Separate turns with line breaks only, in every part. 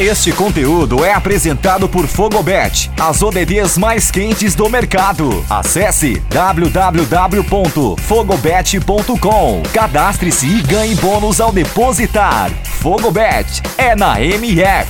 Este conteúdo é apresentado por Fogobet, as ODDs mais quentes do mercado. Acesse www.fogobet.com. Cadastre-se e ganhe bônus ao depositar. Fogobet é na MF.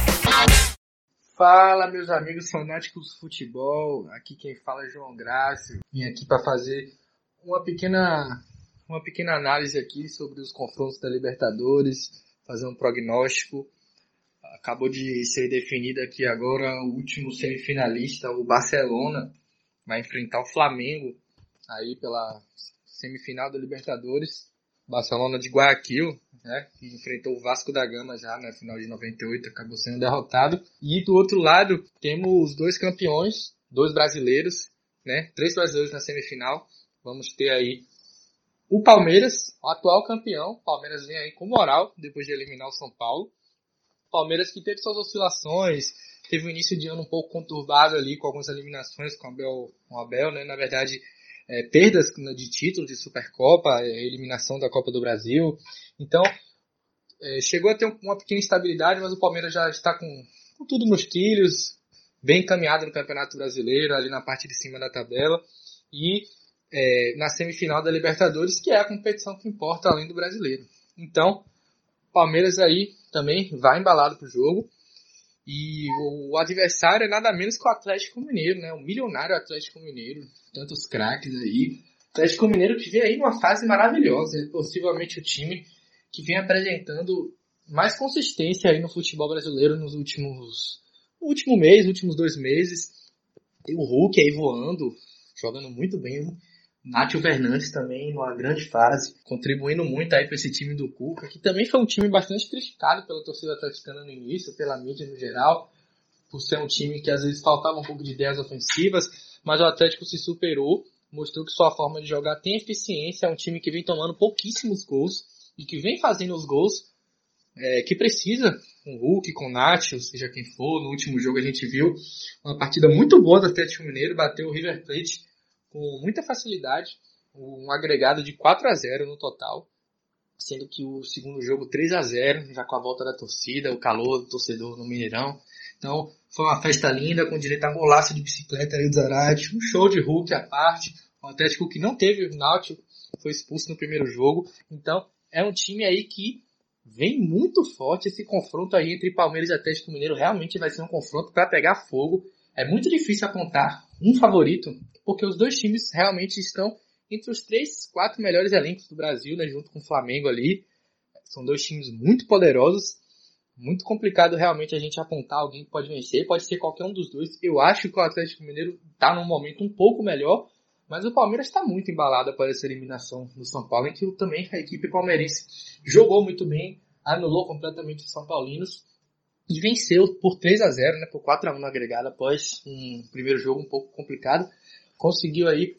Fala, meus amigos fanáticos do futebol. Aqui quem fala é João Grácio. Vim aqui para fazer uma pequena análise aqui sobre os confrontos da Libertadores, fazer um prognóstico. Acabou de ser definido aqui agora o último semifinalista, o Barcelona, vai enfrentar o Flamengo aí pela semifinal da Libertadores. Barcelona de Guayaquil, né, que enfrentou o Vasco da Gama já na final de 98, acabou sendo derrotado. E do outro lado temos dois campeões, dois brasileiros, né, 3 brasileiros na semifinal. Vamos ter aí o Palmeiras, o atual campeão. O Palmeiras vem aí com moral depois de eliminar o São Paulo. Palmeiras que teve suas oscilações, teve um início de ano um pouco conturbado ali com algumas eliminações com o Abel, né? Na verdade, perdas de título de Supercopa, eliminação da Copa do Brasil. Então, chegou a ter uma pequena instabilidade, mas o Palmeiras já está com tudo nos trilhos, bem encaminhado no Campeonato Brasileiro, ali na parte de cima da tabela. E na semifinal da Libertadores, que é a competição que importa além do brasileiro. Então, Palmeiras aí também vai embalado pro jogo. E o adversário é nada menos que o Atlético Mineiro, né? O milionário Atlético Mineiro. Tantos craques aí. Atlético Mineiro que vem aí numa fase maravilhosa. É possivelmente o time que vem apresentando mais consistência aí no futebol brasileiro no último mês, últimos 2 meses. Tem o Hulk aí voando, jogando muito bem. Nátio Fernandes também numa grande fase, contribuindo muito aí para esse time do Cuca, que também foi um time bastante criticado pela torcida atleticana no início, pela mídia no geral, por ser um time que às vezes faltava um pouco de ideias ofensivas, mas o Atlético se superou, mostrou que sua forma de jogar tem eficiência, é um time que vem tomando pouquíssimos gols e que vem fazendo os gols que precisa, com o Hulk, com o Nátio, seja quem for. No último jogo a gente viu uma partida muito boa do Atlético Mineiro, bateu o River Plate com muita facilidade, um agregado de 4-0 no total, sendo que o segundo jogo 3-0, já com a volta da torcida, o calor do torcedor no Mineirão. Então, foi uma festa linda, com direito a golaço de bicicleta aí do Zarate, um show de Hulk à parte, o Atlético que não teve o Náutico, foi expulso no primeiro jogo. Então, é um time aí que vem muito forte. Esse confronto aí entre Palmeiras e Atlético Mineiro realmente vai ser um confronto para pegar fogo. É muito difícil apontar um favorito, porque os dois times realmente estão entre os 3, 4 melhores elencos do Brasil, né, junto com o Flamengo ali. São dois times muito poderosos, muito complicado realmente a gente apontar alguém que pode vencer, pode ser qualquer um dos dois. Eu acho que o Atlético Mineiro está num momento um pouco melhor, mas o Palmeiras está muito embalado após essa eliminação do São Paulo, em que também a equipe palmeirense jogou muito bem, anulou completamente os São Paulinos, e venceu por 3-0, né, por 4-1 no agregado, após um primeiro jogo um pouco complicado. Conseguiu aí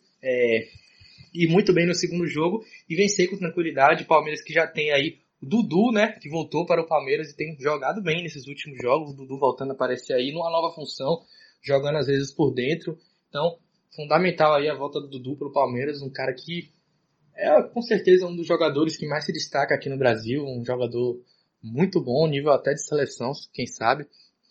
ir muito bem no segundo jogo e vencer com tranquilidade. O Palmeiras que já tem aí o Dudu, né, que voltou para o Palmeiras e tem jogado bem nesses últimos jogos. O Dudu voltando a aparecer aí numa nova função, jogando às vezes por dentro. Então, fundamental aí a volta do Dudu para o Palmeiras, um cara que é com certeza um dos jogadores que mais se destaca aqui no Brasil, um jogador muito bom, nível até de seleção, quem sabe.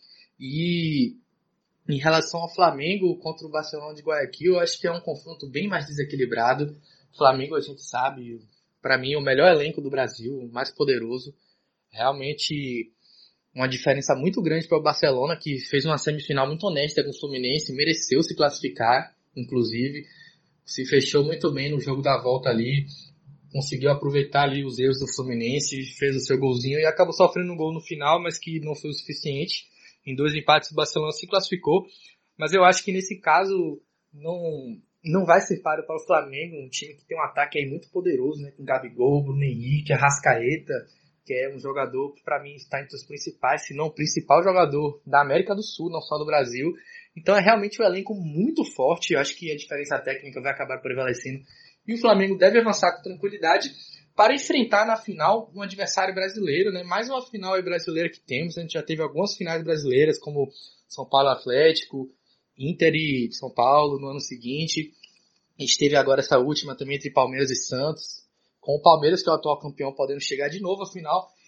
E em relação ao Flamengo contra o Barcelona de Guayaquil, eu acho que é um confronto bem mais desequilibrado. O Flamengo, a gente sabe, para mim, é o melhor elenco do Brasil, o mais poderoso. Realmente uma diferença muito grande para o Barcelona, que fez uma semifinal muito honesta com o Fluminense, mereceu se classificar, inclusive. Se fechou muito bem no jogo da volta ali, conseguiu aproveitar ali os erros do Fluminense, fez o seu golzinho e acabou sofrendo um gol no final, mas que não foi o suficiente. Em 2 empates o Barcelona se classificou, mas eu acho que nesse caso não vai ser páreo para o Flamengo, um time que tem um ataque aí muito poderoso, né, com Gabigol, Bruno Henrique, Arrascaeta, que é um jogador que para mim está entre os principais, se não o principal jogador da América do Sul, não só do Brasil. Então é realmente um elenco muito forte, eu acho que a diferença técnica vai acabar prevalecendo. E o Flamengo deve avançar com tranquilidade para enfrentar na final um adversário brasileiro, né? Mais uma final brasileira que temos. A gente já teve algumas finais brasileiras, como São Paulo Atlético, Inter e São Paulo no ano seguinte. A gente teve agora essa última também entre Palmeiras e Santos, com o Palmeiras, que é o atual campeão, podendo chegar de novo à final.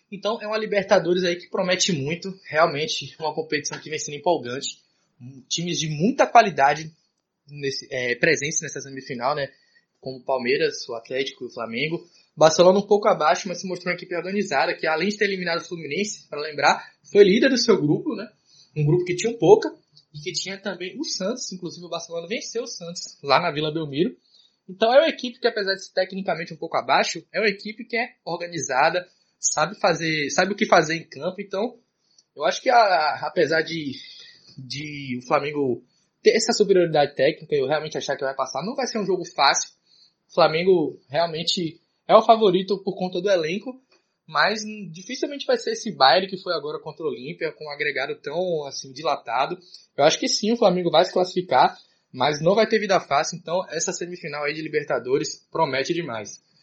Então é uma Libertadores aí que promete muito, realmente uma competição que vem sendo empolgante. Times de muita qualidade presentes nessa semifinal, né? Como o Palmeiras, o Atlético e o Flamengo. Barcelona um pouco abaixo, mas se mostrou uma equipe organizada, que além de ter eliminado o Fluminense, para lembrar, foi líder do seu grupo, né? Um grupo que tinha um Pouca e que tinha também o Santos, inclusive o Barcelona venceu o Santos lá na Vila Belmiro. Então é uma equipe que, apesar de ser tecnicamente um pouco abaixo, é uma equipe que é organizada, sabe o que fazer em campo. Então, eu acho que apesar de o Flamengo ter essa superioridade técnica, eu realmente achar que vai passar, não vai ser um jogo fácil. O Flamengo realmente é o favorito por conta do elenco, mas dificilmente vai ser esse baile que foi agora contra o Olímpia, com um agregado tão assim dilatado. Eu acho que sim, o Flamengo vai se classificar, mas não vai ter vida fácil, então essa semifinal aí de Libertadores promete demais.